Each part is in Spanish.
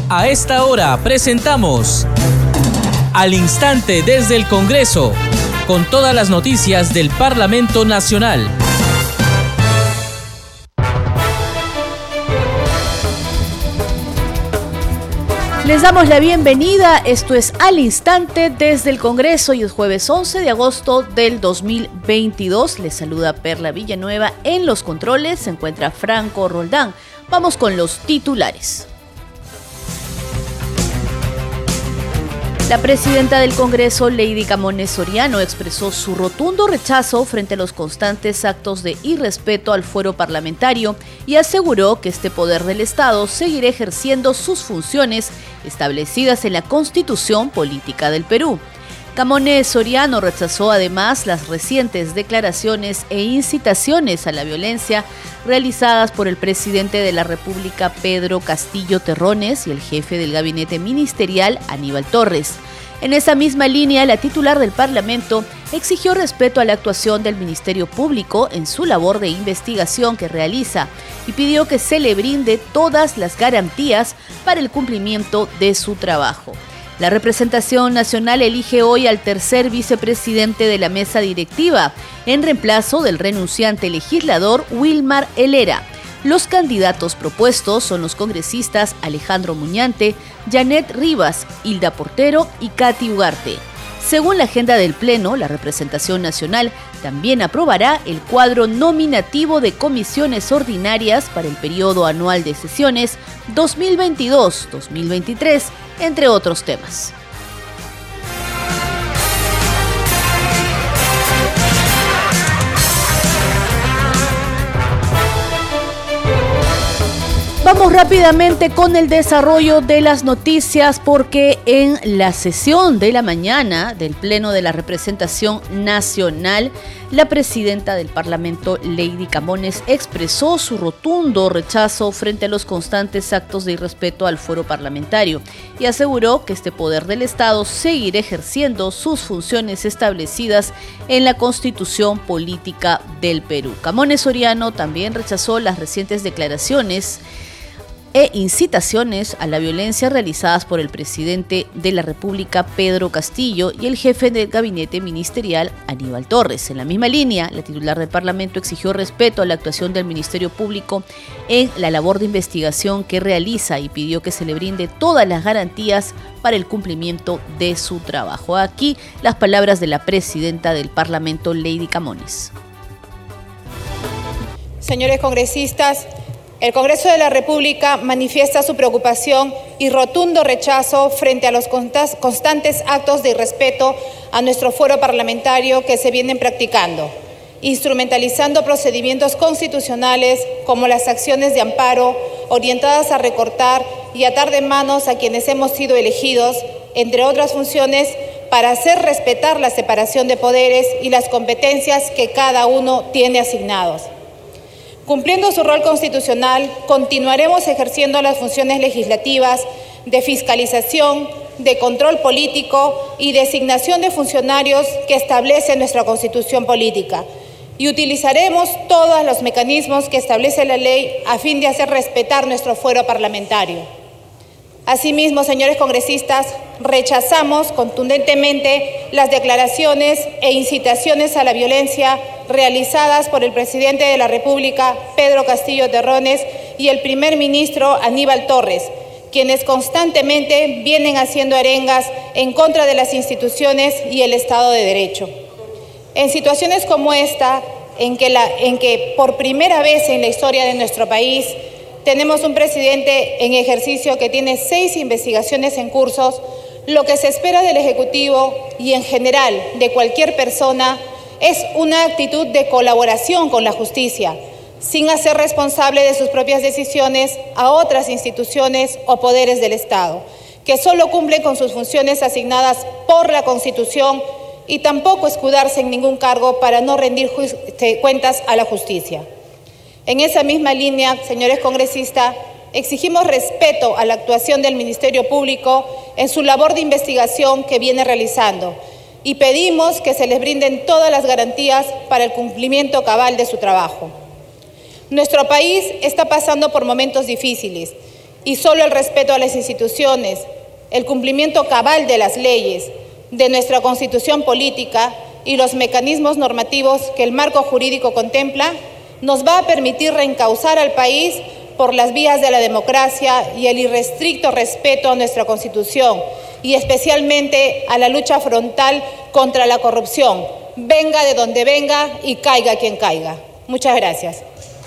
A esta hora presentamos Al Instante desde el Congreso, con todas las noticias del Parlamento Nacional. Les damos la bienvenida, esto es Al Instante desde el Congreso y es jueves 11 de agosto del 2022. Les saluda Perla Villanueva, en los controles se encuentra Franco Roldán. Vamos con los titulares. La presidenta del Congreso, Lady Camones Soriano, expresó su rotundo rechazo frente a los constantes actos de irrespeto al fuero parlamentario y aseguró que este poder del Estado seguirá ejerciendo sus funciones establecidas en la Constitución Política del Perú. Camones Soriano rechazó además las recientes declaraciones e incitaciones a la violencia realizadas por el presidente de la República, Pedro Castillo Terrones, y el jefe del gabinete ministerial, Aníbal Torres. En esa misma línea, la titular del Parlamento exigió respeto a la actuación del Ministerio Público en su labor de investigación que realiza y pidió que se le brinde todas las garantías para el cumplimiento de su trabajo. La representación nacional elige hoy al tercer vicepresidente de la mesa directiva, en reemplazo del renunciante legislador Wilmar Helera. Los candidatos propuestos son los congresistas Alejandro Muñante, Janet Rivas, Hilda Portero y Katy Ugarte. Según la agenda del Pleno, la representación nacional también aprobará el cuadro nominativo de comisiones ordinarias para el periodo anual de sesiones 2022-2023, entre otros temas. Vamos rápidamente con el desarrollo de las noticias porque en la sesión de la mañana del Pleno de la Representación Nacional, la presidenta del Parlamento, Lady Camones, expresó su rotundo rechazo frente a los constantes actos de irrespeto al fuero parlamentario y aseguró que este poder del Estado seguirá ejerciendo sus funciones establecidas en la Constitución Política del Perú. Camones Soriano también rechazó las recientes declaraciones e incitaciones a la violencia realizadas por el presidente de la República, Pedro Castillo, y el jefe del gabinete ministerial, Aníbal Torres. En la misma línea, la titular del Parlamento exigió respeto a la actuación del Ministerio Público en la labor de investigación que realiza y pidió que se le brinde todas las garantías para el cumplimiento de su trabajo. Aquí las palabras de la presidenta del Parlamento, Lady Camones. Señores congresistas, el Congreso de la República manifiesta su preocupación y rotundo rechazo frente a los constantes actos de irrespeto a nuestro fuero parlamentario que se vienen practicando, instrumentalizando procedimientos constitucionales como las acciones de amparo orientadas a recortar y atar de manos a quienes hemos sido elegidos, entre otras funciones, para hacer respetar la separación de poderes y las competencias que cada uno tiene asignados. Cumpliendo su rol constitucional, continuaremos ejerciendo las funciones legislativas de fiscalización, de control político y designación de funcionarios que establece nuestra Constitución Política y utilizaremos todos los mecanismos que establece la ley a fin de hacer respetar nuestro fuero parlamentario. Asimismo, señores congresistas, rechazamos contundentemente las declaraciones e incitaciones a la violencia realizadas por el presidente de la República, Pedro Castillo Terrones, y el primer ministro Aníbal Torres, quienes constantemente vienen haciendo arengas en contra de las instituciones y el Estado de Derecho. En situaciones como esta, en que por primera vez en la historia de nuestro país tenemos un presidente en ejercicio que tiene 6 investigaciones en cursos, lo que se espera del Ejecutivo y en general de cualquier persona es una actitud de colaboración con la justicia, sin hacer responsable de sus propias decisiones a otras instituciones o poderes del Estado, que solo cumplen con sus funciones asignadas por la Constitución y tampoco escudarse en ningún cargo para no rendir cuentas a la justicia. En esa misma línea, señores congresistas, exigimos respeto a la actuación del Ministerio Público en su labor de investigación que viene realizando y pedimos que se les brinden todas las garantías para el cumplimiento cabal de su trabajo. Nuestro país está pasando por momentos difíciles y solo el respeto a las instituciones, el cumplimiento cabal de las leyes, de nuestra Constitución política y los mecanismos normativos que el marco jurídico contempla, nos va a permitir reencauzar al país por las vías de la democracia y el irrestricto respeto a nuestra Constitución, y especialmente a la lucha frontal contra la corrupción, venga de donde venga y caiga quien caiga. Muchas gracias.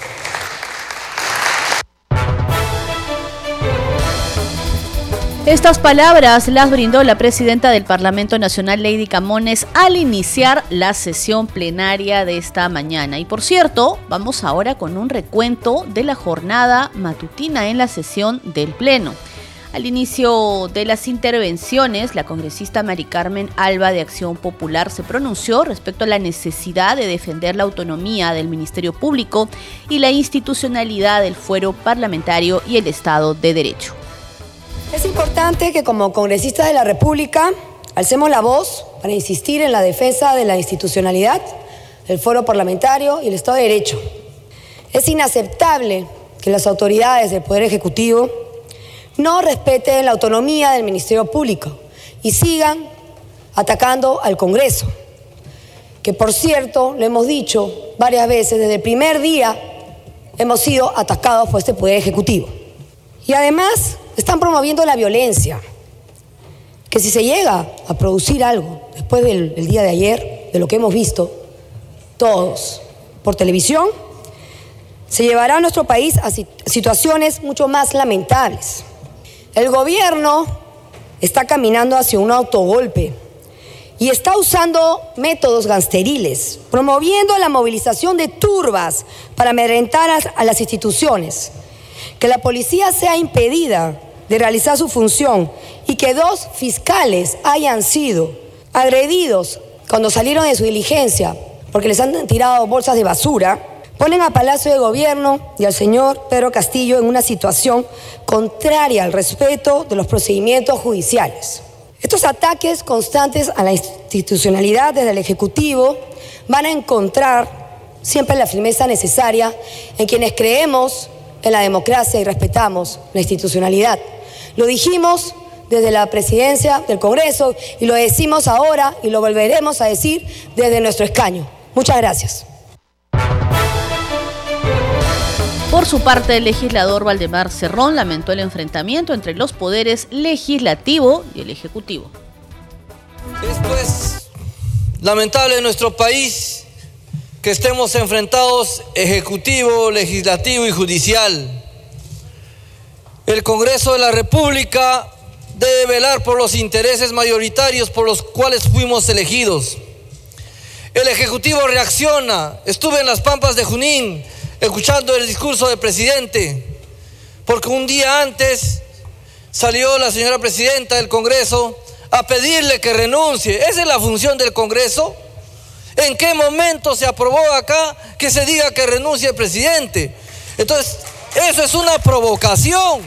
Estas palabras las brindó la presidenta del Parlamento Nacional, Lady Camones, al iniciar la sesión plenaria de esta mañana. Y por cierto, vamos ahora con un recuento de la jornada matutina en la sesión del Pleno. Al inicio de las intervenciones, la congresista Mari Carmen Alba de Acción Popular se pronunció respecto a la necesidad de defender la autonomía del Ministerio Público y la institucionalidad del fuero parlamentario y el Estado de Derecho. Es importante que como congresistas de la República alcemos la voz para insistir en la defensa de la institucionalidad, el fuero parlamentario y el Estado de Derecho. Es inaceptable que las autoridades del Poder Ejecutivo no respeten la autonomía del Ministerio Público y sigan atacando al Congreso, que por cierto, lo hemos dicho varias veces, desde el primer día hemos sido atacados por este Poder Ejecutivo. Y además están promoviendo la violencia, que si se llega a producir algo después del día de ayer, de lo que hemos visto todos por televisión, se llevará a nuestro país a situaciones mucho más lamentables. El gobierno está caminando hacia un autogolpe y está usando métodos gangsteriles, promoviendo la movilización de turbas para amedrentar a las instituciones, que la policía sea impedida de realizar su función y que 2 fiscales hayan sido agredidos cuando salieron de su diligencia porque les han tirado bolsas de basura, ponen a Palacio de Gobierno y al señor Pedro Castillo en una situación contraria al respeto de los procedimientos judiciales. Estos ataques constantes a la institucionalidad desde el Ejecutivo van a encontrar siempre la firmeza necesaria en quienes creemos en la democracia y respetamos la institucionalidad. Lo dijimos desde la presidencia del Congreso y lo decimos ahora y lo volveremos a decir desde nuestro escaño. Muchas gracias. Por su parte, el legislador Valdemar Cerrón lamentó el enfrentamiento entre los poderes legislativo y el ejecutivo. Es pues lamentable en nuestro país que estemos enfrentados ejecutivo, legislativo y judicial. El Congreso de la República debe velar por los intereses mayoritarios por los cuales fuimos elegidos. El Ejecutivo reacciona. Estuve en las Pampas de Junín escuchando el discurso del presidente, porque un día antes salió la señora presidenta del Congreso a pedirle que renuncie. Esa es la función del Congreso. ¿En qué momento se aprobó acá que se diga que renuncie el presidente? Entonces, eso es una provocación.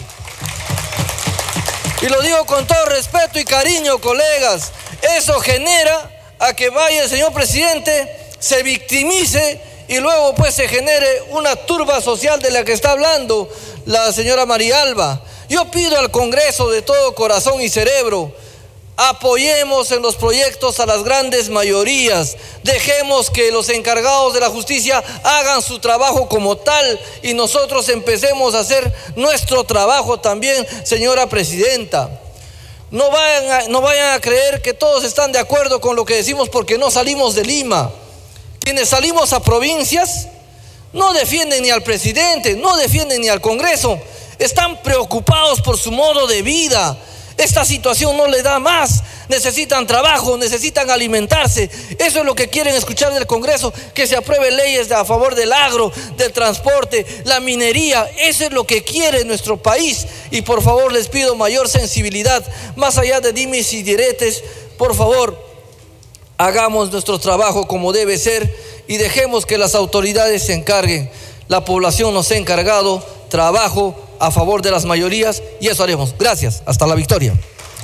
Y lo digo con todo respeto y cariño, colegas. Eso genera a que vaya el señor presidente, se victimice y luego pues se genere una turba social de la que está hablando la señora María Alba. Yo pido al Congreso de todo corazón y cerebro, apoyemos en los proyectos a las grandes mayorías, dejemos que los encargados de la justicia hagan su trabajo como tal y nosotros empecemos a hacer nuestro trabajo también, señora presidenta. No vayan a creer que todos están de acuerdo con lo que decimos porque no salimos de Lima. Quienes salimos a provincias no defienden ni al presidente, no defienden ni al Congreso, están preocupados por su modo de vida. Esta situación no le da más, necesitan trabajo, necesitan alimentarse. Eso es lo que quieren escuchar del Congreso, que se aprueben leyes a favor del agro, del transporte, la minería. Eso es lo que quiere nuestro país. Y por favor les pido mayor sensibilidad, más allá de dimes y diretes. Por favor, hagamos nuestro trabajo como debe ser y dejemos que las autoridades se encarguen. La población nos ha encargado trabajo a favor de las mayorías y eso haremos. Gracias, hasta la victoria.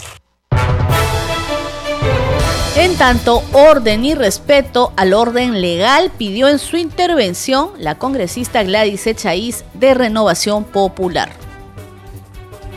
En tanto, orden y respeto al orden legal pidió en su intervención la congresista Gladys Echaíz de Renovación Popular.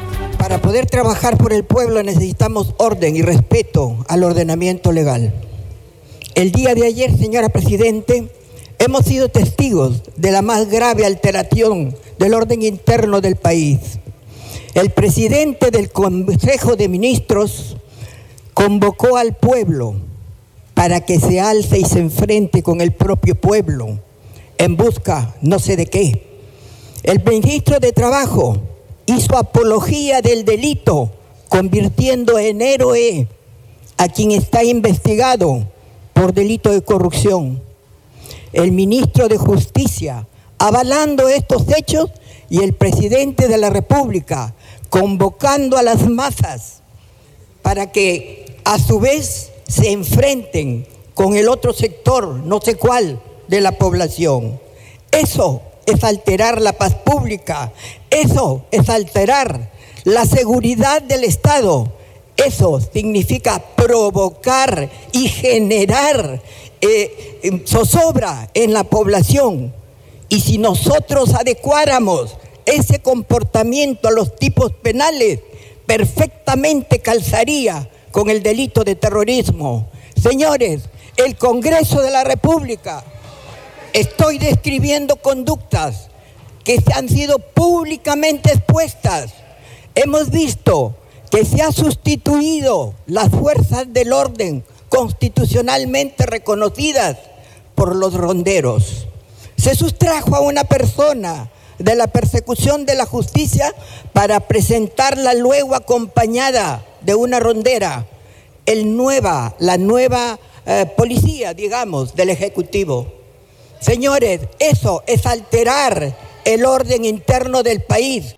para poder trabajar por el pueblo necesitamos orden y respeto al ordenamiento legal. El día de ayer, señora Presidente, hemos sido testigos de la más grave alteración del orden interno del país. El presidente del Consejo de Ministros convocó al pueblo para que se alce y se enfrente con el propio pueblo en busca no sé de qué. El ministro de Trabajo hizo apología del delito, convirtiendo en héroe a quien está investigado por delito de corrupción. El ministro de Justicia avalando estos hechos y el presidente de la República convocando a las masas para que a su vez se enfrenten con el otro sector, no sé cuál, de la población. Eso es alterar la paz pública, eso es alterar la seguridad del Estado, eso significa provocar y generar zozobra en la población. Y si nosotros adecuáramos ese comportamiento a los tipos penales, perfectamente calzaría con el delito de terrorismo. Señores, el Congreso de la República, estoy describiendo conductas que han sido públicamente expuestas. Hemos visto que se ha sustituido las fuerzas del orden constitucionalmente reconocidas por los ronderos. Se sustrajo a una persona de la persecución de la justicia para presentarla luego acompañada de una rondera, la nueva policía, digamos, del Ejecutivo. Señores, eso es alterar el orden interno del país.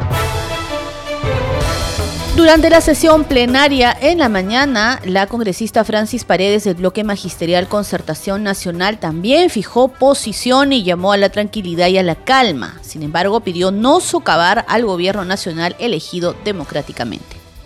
Durante la sesión plenaria en la mañana, la congresista Francis Paredes del Bloque Magisterial Concertación Nacional también fijó posición y llamó a la tranquilidad y a la calma. Sin embargo, pidió no socavar al gobierno nacional elegido democráticamente.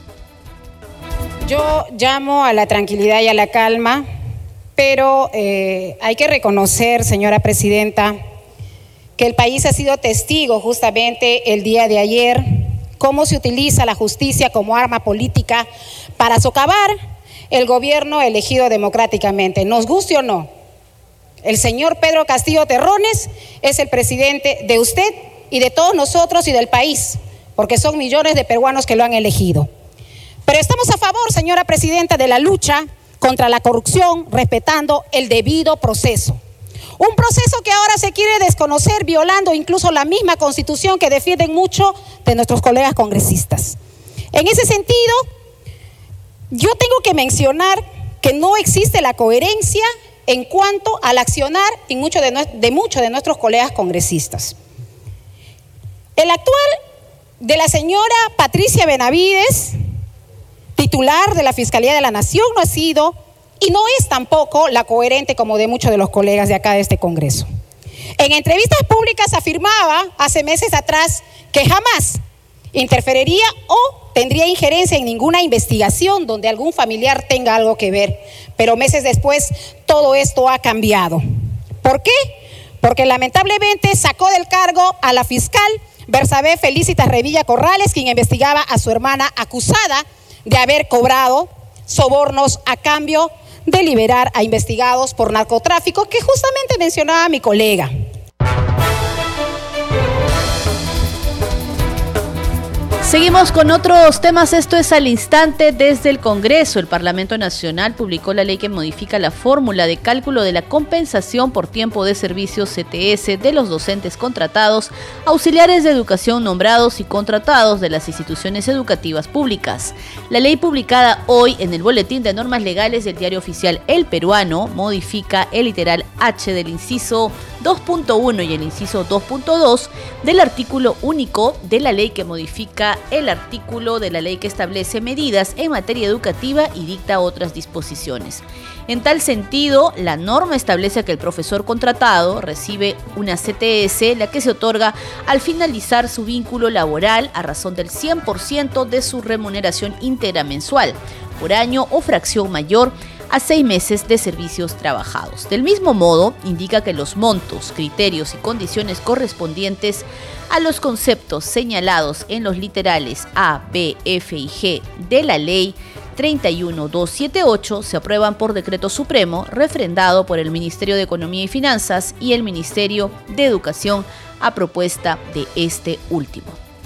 Yo llamo a la tranquilidad y a la calma, pero hay que reconocer, señora presidenta, que el país ha sido testigo justamente el día de ayer cómo se utiliza la justicia como arma política para socavar el gobierno elegido democráticamente. Nos guste o no, el señor Pedro Castillo Terrones es el presidente de usted y de todos nosotros y del país, porque son millones de peruanos que lo han elegido. Pero estamos a favor, señora presidenta, de la lucha contra la corrupción, respetando el debido proceso. Un proceso que ahora se quiere desconocer, violando incluso la misma Constitución que defienden mucho de nuestros colegas congresistas. En ese sentido, yo tengo que mencionar que no existe la coherencia en cuanto al accionar de muchos de nuestros colegas congresistas. El actual de la señora Patricia Benavides, titular de la Fiscalía de la Nación, no ha sido y no es tampoco la coherente como de muchos de los colegas de acá de este Congreso. En entrevistas públicas afirmaba hace meses atrás que jamás interferiría o tendría injerencia en ninguna investigación donde algún familiar tenga algo que ver. Pero meses después todo esto ha cambiado. ¿Por qué? Porque lamentablemente sacó del cargo a la fiscal Bersabé Felicitas Revilla Corrales, quien investigaba a su hermana acusada de haber cobrado sobornos a cambio de liberar a investigados por narcotráfico, que justamente mencionaba mi colega. Seguimos con otros temas. Esto es Al Instante desde el Congreso. El Parlamento Nacional publicó la ley que modifica la fórmula de cálculo de la compensación por tiempo de servicio CTS de los docentes contratados, auxiliares de educación nombrados y contratados de las instituciones educativas públicas. La ley publicada hoy en el Boletín de Normas Legales del Diario Oficial El Peruano modifica el literal H del inciso 2.1 y el inciso 2.2 del artículo único de la ley que modifica el artículo de la ley que establece medidas en materia educativa y dicta otras disposiciones. En tal sentido, la norma establece que el profesor contratado recibe una CTS, la que se otorga al finalizar su vínculo laboral a razón del 100% de su remuneración íntegra mensual, por año o fracción mayor, a 6 meses de servicios trabajados. Del mismo modo, indica que los montos, criterios y condiciones correspondientes a los conceptos señalados en los literales A, B, F y G de la Ley 31278 se aprueban por decreto supremo refrendado por el Ministerio de Economía y Finanzas y el Ministerio de Educación a propuesta de este último.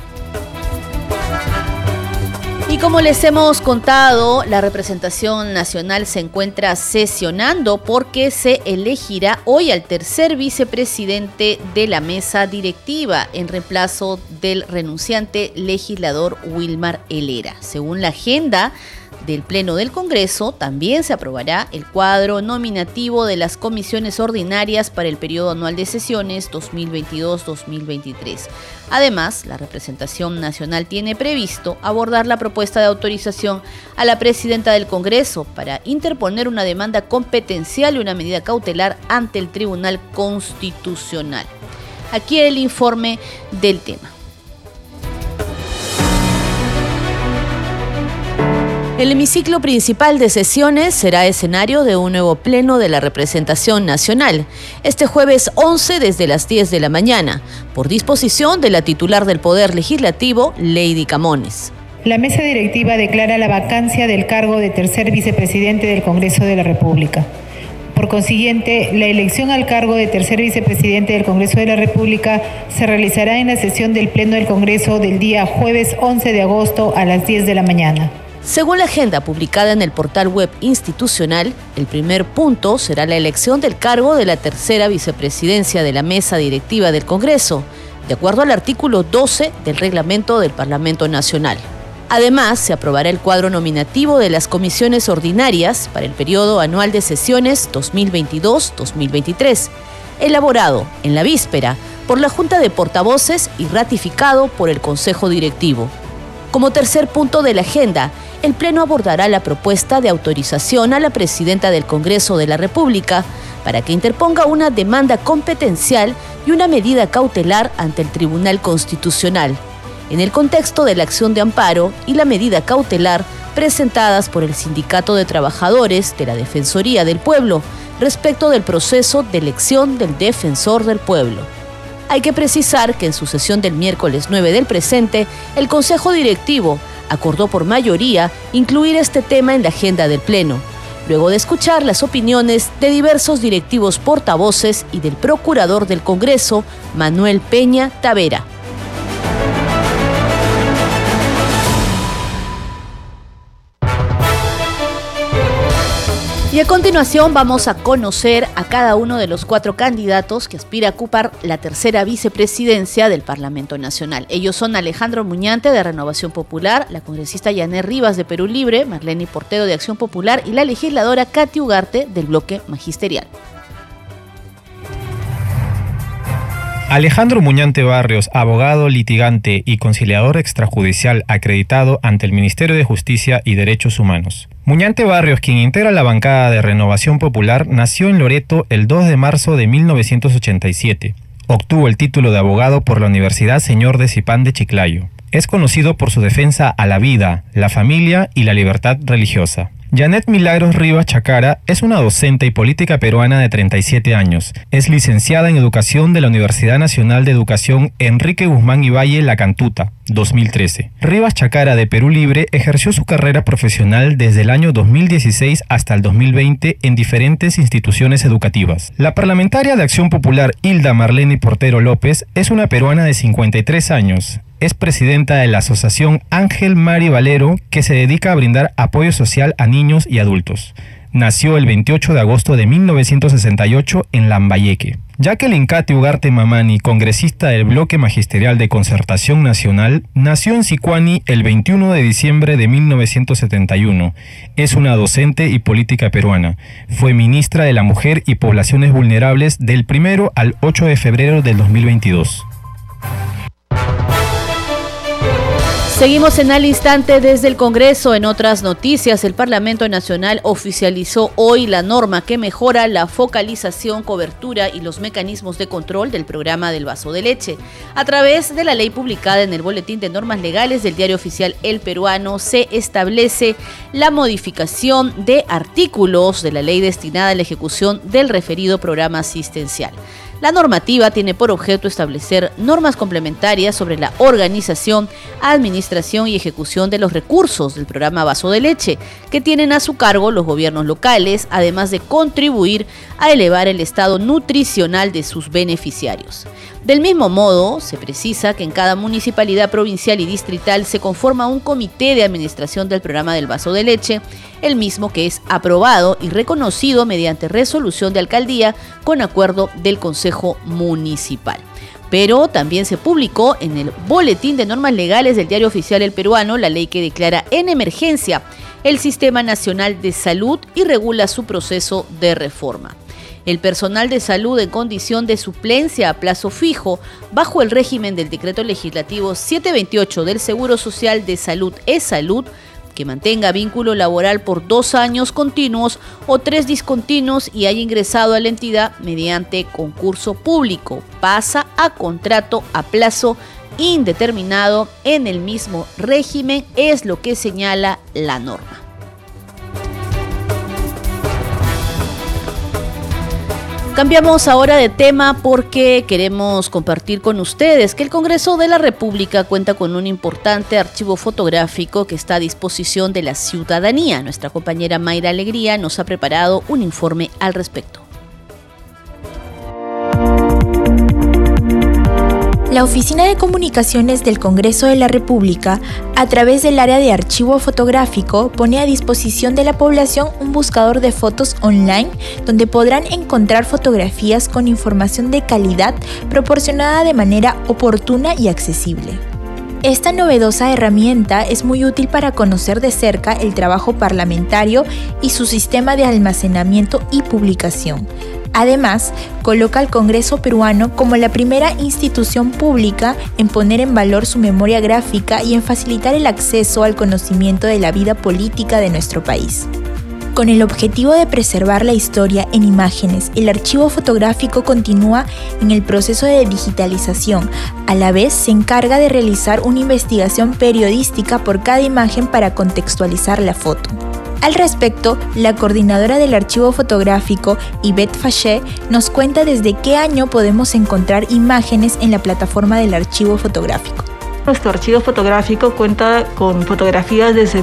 Y como les hemos contado, la representación nacional se encuentra sesionando porque se elegirá hoy al tercer vicepresidente de la mesa directiva en reemplazo del renunciante legislador Wilmar Helera. Según la agenda del Pleno del Congreso, también se aprobará el cuadro nominativo de las comisiones ordinarias para el periodo anual de sesiones 2022-2023. Además, la representación nacional tiene previsto abordar la propuesta de autorización a la presidenta del Congreso para interponer una demanda competencial y una medida cautelar ante el Tribunal Constitucional. Aquí el informe del tema. El hemiciclo principal de sesiones será escenario de un nuevo pleno de la representación nacional, este jueves 11 desde las 10 de la mañana, por disposición de la titular del Poder Legislativo, Lady Camones. La mesa directiva declara la vacancia del cargo de tercer vicepresidente del Congreso de la República. Por consiguiente, la elección al cargo de tercer vicepresidente del Congreso de la República se realizará en la sesión del Pleno del Congreso del día jueves 11 de agosto a las 10 de la mañana. Según la agenda publicada en el portal web institucional, el primer punto será la elección del cargo de la tercera vicepresidencia de la mesa directiva del Congreso, de acuerdo al artículo 12 del reglamento del Parlamento Nacional. Además, se aprobará el cuadro nominativo de las comisiones ordinarias para el periodo anual de sesiones 2022-2023, elaborado en la víspera por la Junta de Portavoces y ratificado por el Consejo Directivo. Como tercer punto de la agenda, el Pleno abordará la propuesta de autorización a la presidenta del Congreso de la República para que interponga una demanda competencial y una medida cautelar ante el Tribunal Constitucional, en el contexto de la acción de amparo y la medida cautelar presentadas por el Sindicato de Trabajadores de la Defensoría del Pueblo respecto del proceso de elección del Defensor del Pueblo. Hay que precisar que en su sesión del miércoles 9 del presente, el Consejo Directivo acordó por mayoría incluir este tema en la agenda del Pleno, luego de escuchar las opiniones de diversos directivos portavoces y del Procurador del Congreso, Manuel Peña Tavera. Y a continuación vamos a conocer a cada uno de los 4 candidatos que aspira a ocupar la tercera vicepresidencia del Parlamento Nacional. Ellos son Alejandro Muñante de Renovación Popular, la congresista Yanet Rivas de Perú Libre, Marlene Portero de Acción Popular y la legisladora Katy Ugarte del Bloque Magisterial. Alejandro Muñante Barrios, abogado, litigante y conciliador extrajudicial acreditado ante el Ministerio de Justicia y Derechos Humanos. Muñante Barrios, quien integra la bancada de Renovación Popular, nació en Loreto el 2 de marzo de 1987. Obtuvo el título de abogado por la Universidad Señor de Cipán de Chiclayo. Es conocido por su defensa a la vida, la familia y la libertad religiosa. Yanet Milagros Rivas Chacara es una docente y política peruana de 37 años. Es licenciada en Educación de la Universidad Nacional de Educación Enrique Guzmán y Valle La Cantuta, 2013. Rivas Chacara de Perú Libre ejerció su carrera profesional desde el año 2016 hasta el 2020 en diferentes instituciones educativas. La parlamentaria de Acción Popular Hilda Marlene Portero López es una peruana de 53 años. Es presidenta de la Asociación Ángel Mari Valero, que se dedica a brindar apoyo social a niños y adultos. Nació el 28 de agosto de 1968 en Lambayeque. Jacqueline Katy Ugarte Mamani, congresista del Bloque Magisterial de Concertación Nacional, nació en Sicuani el 21 de diciembre de 1971. Es una docente y política peruana. Fue ministra de la Mujer y Poblaciones Vulnerables del 1 al 8 de febrero del 2022. Seguimos en Al Instante desde el Congreso. En otras noticias, el Parlamento Nacional oficializó hoy la norma que mejora la focalización, cobertura y los mecanismos de control del programa del vaso de leche. A través de la ley publicada en el Boletín de Normas Legales del Diario Oficial El Peruano, se establece la modificación de artículos de la ley destinada a la ejecución del referido programa asistencial. La normativa tiene por objeto establecer normas complementarias sobre la organización, administración y ejecución de los recursos del programa Vaso de Leche, que tienen a su cargo los gobiernos locales, además de contribuir a elevar el estado nutricional de sus beneficiarios. Del mismo modo, se precisa que en cada municipalidad provincial y distrital se conforma un comité de administración del programa del vaso de leche, el mismo que es aprobado y reconocido mediante resolución de alcaldía con acuerdo del Consejo Municipal. Pero también se publicó en el Boletín de Normas Legales del Diario Oficial El Peruano la ley que declara en emergencia el Sistema Nacional de Salud y regula su proceso de reforma. El personal de salud en condición de suplencia a plazo fijo, bajo el régimen del Decreto Legislativo 728 del Seguro Social de Salud e-Salud, que mantenga vínculo laboral por 2 años continuos o 3 discontinuos y haya ingresado a la entidad mediante concurso público, pasa a contrato a plazo indeterminado en el mismo régimen, es lo que señala la norma. Cambiamos ahora de tema porque queremos compartir con ustedes que el Congreso de la República cuenta con un importante archivo fotográfico que está a disposición de la ciudadanía. Nuestra compañera Mayra Alegría nos ha preparado un informe al respecto. La Oficina de Comunicaciones del Congreso de la República, a través del área de archivo fotográfico, pone a disposición de la población un buscador de fotos online donde podrán encontrar fotografías con información de calidad proporcionada de manera oportuna y accesible. Esta novedosa herramienta es muy útil para conocer de cerca el trabajo parlamentario y su sistema de almacenamiento y publicación. Además, coloca al Congreso peruano como la primera institución pública en poner en valor su memoria gráfica y en facilitar el acceso al conocimiento de la vida política de nuestro país. Con el objetivo de preservar la historia en imágenes, el archivo fotográfico continúa en el proceso de digitalización. A la vez, se encarga de realizar una investigación periodística por cada imagen para contextualizar la foto. Al respecto, la coordinadora del archivo fotográfico, Yvette Faché, nos cuenta desde qué año podemos encontrar imágenes en la plataforma del archivo fotográfico. Nuestro archivo fotográfico cuenta con fotografías desde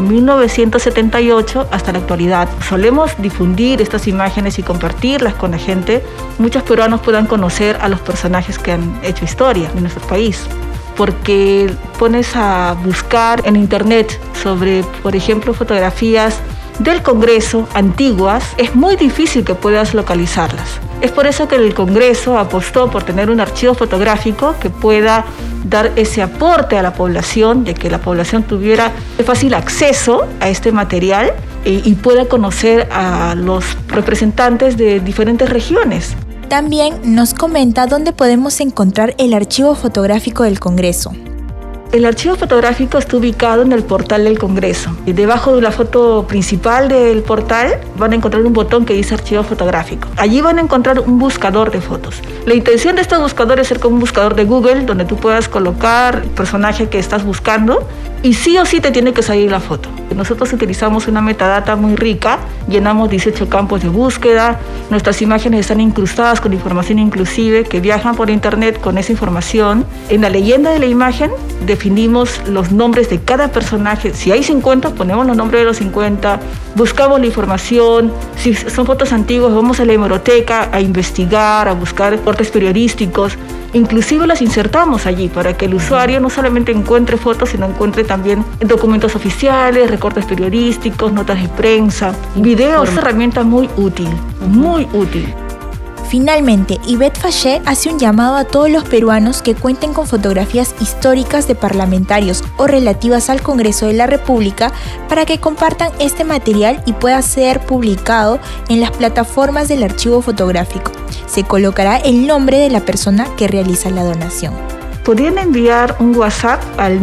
1978 hasta la actualidad. Solemos difundir estas imágenes y compartirlas con la gente. Muchos peruanos puedan conocer a los personajes que han hecho historia en nuestro país. Porque pones a buscar en internet sobre, por ejemplo, fotografías del Congreso antiguas, es muy difícil que puedas localizarlas. Es por eso que el Congreso apostó por tener un archivo fotográfico que pueda dar ese aporte a la población, de que la población tuviera fácil acceso a este material y pueda conocer a los representantes de diferentes regiones. También nos comenta dónde podemos encontrar el archivo fotográfico del Congreso. El archivo fotográfico está ubicado en el portal del Congreso. Debajo de la foto principal del portal van a encontrar un botón que dice archivo fotográfico. Allí van a encontrar un buscador de fotos. La intención de estos buscadores es ser como un buscador de Google, donde tú puedas colocar el personaje que estás buscando y sí o sí te tiene que salir la foto. Nosotros utilizamos una metadata muy rica, llenamos 18 campos de búsqueda, nuestras imágenes están incrustadas con información inclusive que viajan por internet con esa información. En la leyenda de la imagen definimos los nombres de cada personaje. Si hay 50, ponemos los nombres de los 50, buscamos la información. Si son fotos antiguas, vamos a la hemeroteca a investigar, a buscar reportes periodísticos. Inclusive las insertamos allí para que el usuario no solamente encuentre fotos, sino encuentre también documentos oficiales, recortes periodísticos, notas de prensa, videos. Es una herramienta muy útil, muy útil. Finalmente, Yvette Faché hace un llamado a todos los peruanos que cuenten con fotografías históricas de parlamentarios o relativas al Congreso de la República para que compartan este material y pueda ser publicado en las plataformas del archivo fotográfico. Se colocará el nombre de la persona que realiza la donación. podrían enviar un WhatsApp al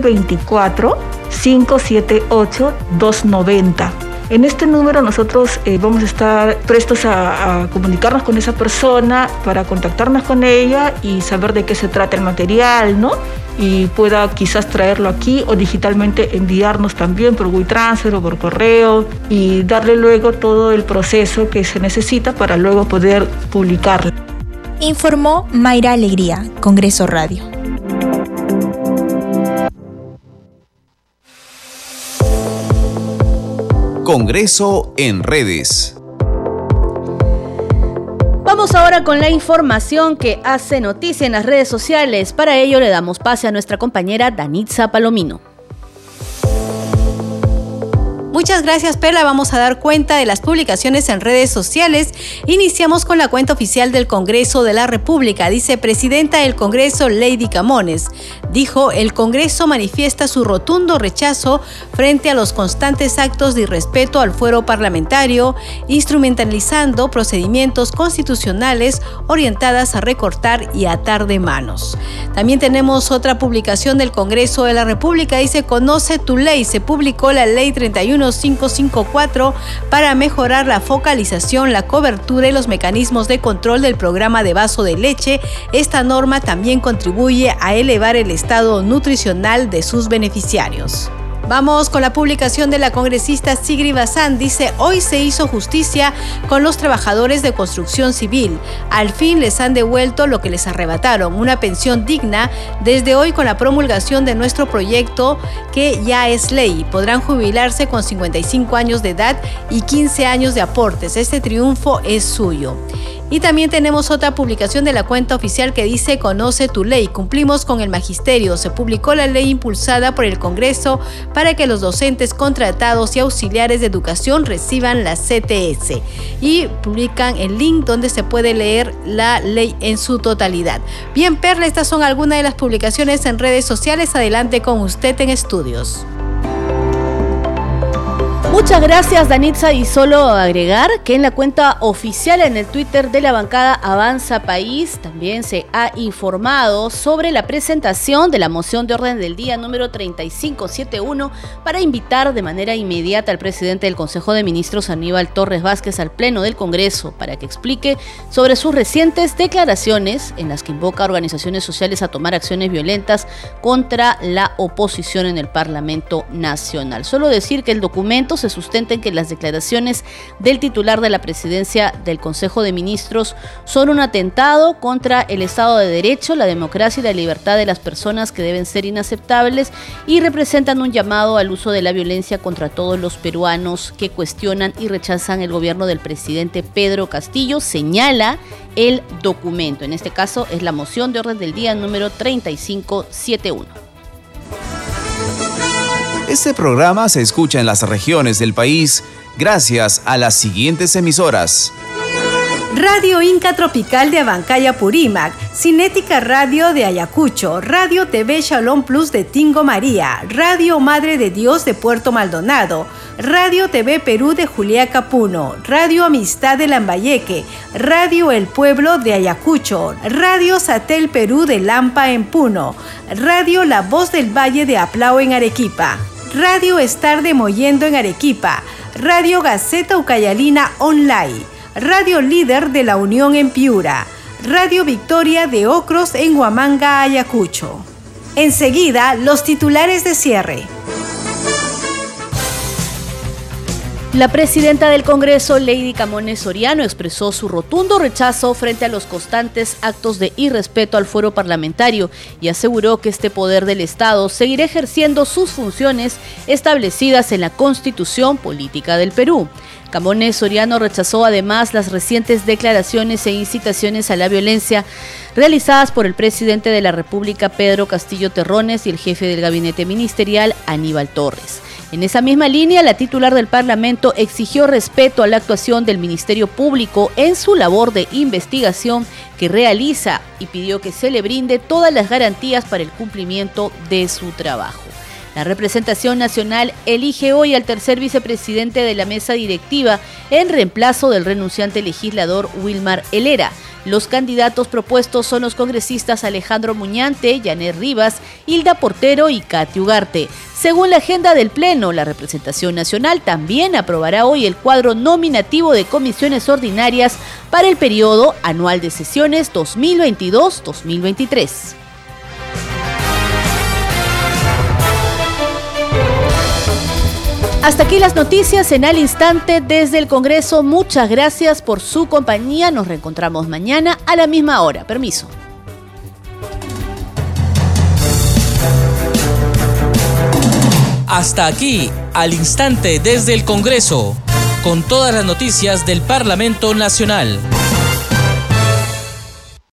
924-578-290. En este número nosotros vamos a estar prestos a comunicarnos con esa persona para contactarnos con ella y saber de qué se trata el material, ¿no? Y pueda quizás traerlo aquí o digitalmente enviarnos también por WeTransfer o por correo y darle luego todo el proceso que se necesita para luego poder publicarlo. Informó Mayra Alegría, Congreso Radio. Congreso en redes. Vamos ahora con la información que hace noticia en las redes sociales. Para ello le damos pase a nuestra compañera Danitza Palomino. Muchas gracias, Perla. Vamos a dar cuenta de las publicaciones en redes sociales. Iniciamos con la cuenta oficial del Congreso de la República. Dice: Presidenta del Congreso, Lady Camones. Dijo: el Congreso manifiesta su rotundo rechazo frente a los constantes actos de irrespeto al fuero parlamentario, instrumentalizando procedimientos constitucionales orientadas a recortar y atar de manos. También tenemos otra publicación del Congreso de la República. Dice: conoce tu ley. Se publicó la Ley 31554 para mejorar la focalización, la cobertura y los mecanismos de control del programa de vaso de leche. Esta norma también contribuye a elevar el estado nutricional de sus beneficiarios. Vamos con la publicación de la congresista Sigrid Bazán. Dice: hoy se hizo justicia con los trabajadores de construcción civil. Al fin les han devuelto lo que les arrebataron, una pensión digna. Desde hoy, con la promulgación de nuestro proyecto, que ya es ley, podrán jubilarse con 55 años de edad y 15 años de aportes. Este triunfo es suyo. Y también tenemos otra publicación de la cuenta oficial que dice: conoce tu ley. Cumplimos con el magisterio. Se publicó la ley impulsada por el Congreso para que los docentes contratados y auxiliares de educación reciban la CTS. Y publican el link donde se puede leer la ley en su totalidad. Bien, Perla, estas son algunas de las publicaciones en redes sociales. Adelante con usted en estudios. Muchas gracias, Danitza, y solo agregar que en la cuenta oficial en el Twitter de la bancada Avanza País también se ha informado sobre la presentación de la moción de orden del día número 3571 para invitar de manera inmediata al presidente del Consejo de Ministros, Aníbal Torres Vázquez, al Pleno del Congreso para que explique sobre sus recientes declaraciones en las que invoca a organizaciones sociales a tomar acciones violentas contra la oposición en el Parlamento Nacional. Solo decir que el documento se sustenta en que las declaraciones del titular de la presidencia del Consejo de Ministros son un atentado contra el Estado de Derecho, la democracia y la libertad de las personas, que deben ser inaceptables, y representan un llamado al uso de la violencia contra todos los peruanos que cuestionan y rechazan el gobierno del presidente Pedro Castillo, señala el documento. En este caso es la moción de orden del día número 3571. Este programa se escucha en las regiones del país gracias a las siguientes emisoras: Radio Inca Tropical de Abancaya, Purímac, Cinética Radio de Ayacucho, Radio TV Shalom Plus de Tingo María, Radio Madre de Dios de Puerto Maldonado, Radio TV Perú de Juliaca, Puno, Radio Amistad de Lambayeque, Radio El Pueblo de Ayacucho, Radio Satel Perú de Lampa en Puno, Radio La Voz del Valle de Aplao en Arequipa, Radio Estar de Mollendo en Arequipa, Radio Gaceta Ucayalina Online, Radio Líder de La Unión en Piura, Radio Victoria de Ocros en Huamanga, Ayacucho. Enseguida, los titulares de cierre. La presidenta del Congreso, Lady Camones Soriano, expresó su rotundo rechazo frente a los constantes actos de irrespeto al fuero parlamentario y aseguró que este poder del Estado seguirá ejerciendo sus funciones establecidas en la Constitución Política del Perú. Camones Soriano rechazó además las recientes declaraciones e incitaciones a la violencia realizadas por el presidente de la República, Pedro Castillo Terrones, y el jefe del gabinete ministerial, Aníbal Torres. En esa misma línea, la titular del Parlamento exigió respeto a la actuación del Ministerio Público en su labor de investigación que realiza y pidió que se le brinde todas las garantías para el cumplimiento de su trabajo. La representación nacional elige hoy al tercer vicepresidente de la mesa directiva en reemplazo del renunciante legislador Wilmar Helera. Los candidatos propuestos son los congresistas Alejandro Muñante, Yanet Rivas, Hilda Portero y Katy Ugarte. Según la agenda del Pleno, la representación nacional también aprobará hoy el cuadro nominativo de comisiones ordinarias para el periodo anual de sesiones 2022-2023. Hasta aquí las noticias en Al Instante desde el Congreso. Muchas gracias por su compañía. Nos reencontramos mañana a la misma hora. Permiso. Hasta aquí, Al Instante desde el Congreso, con todas las noticias del Parlamento Nacional.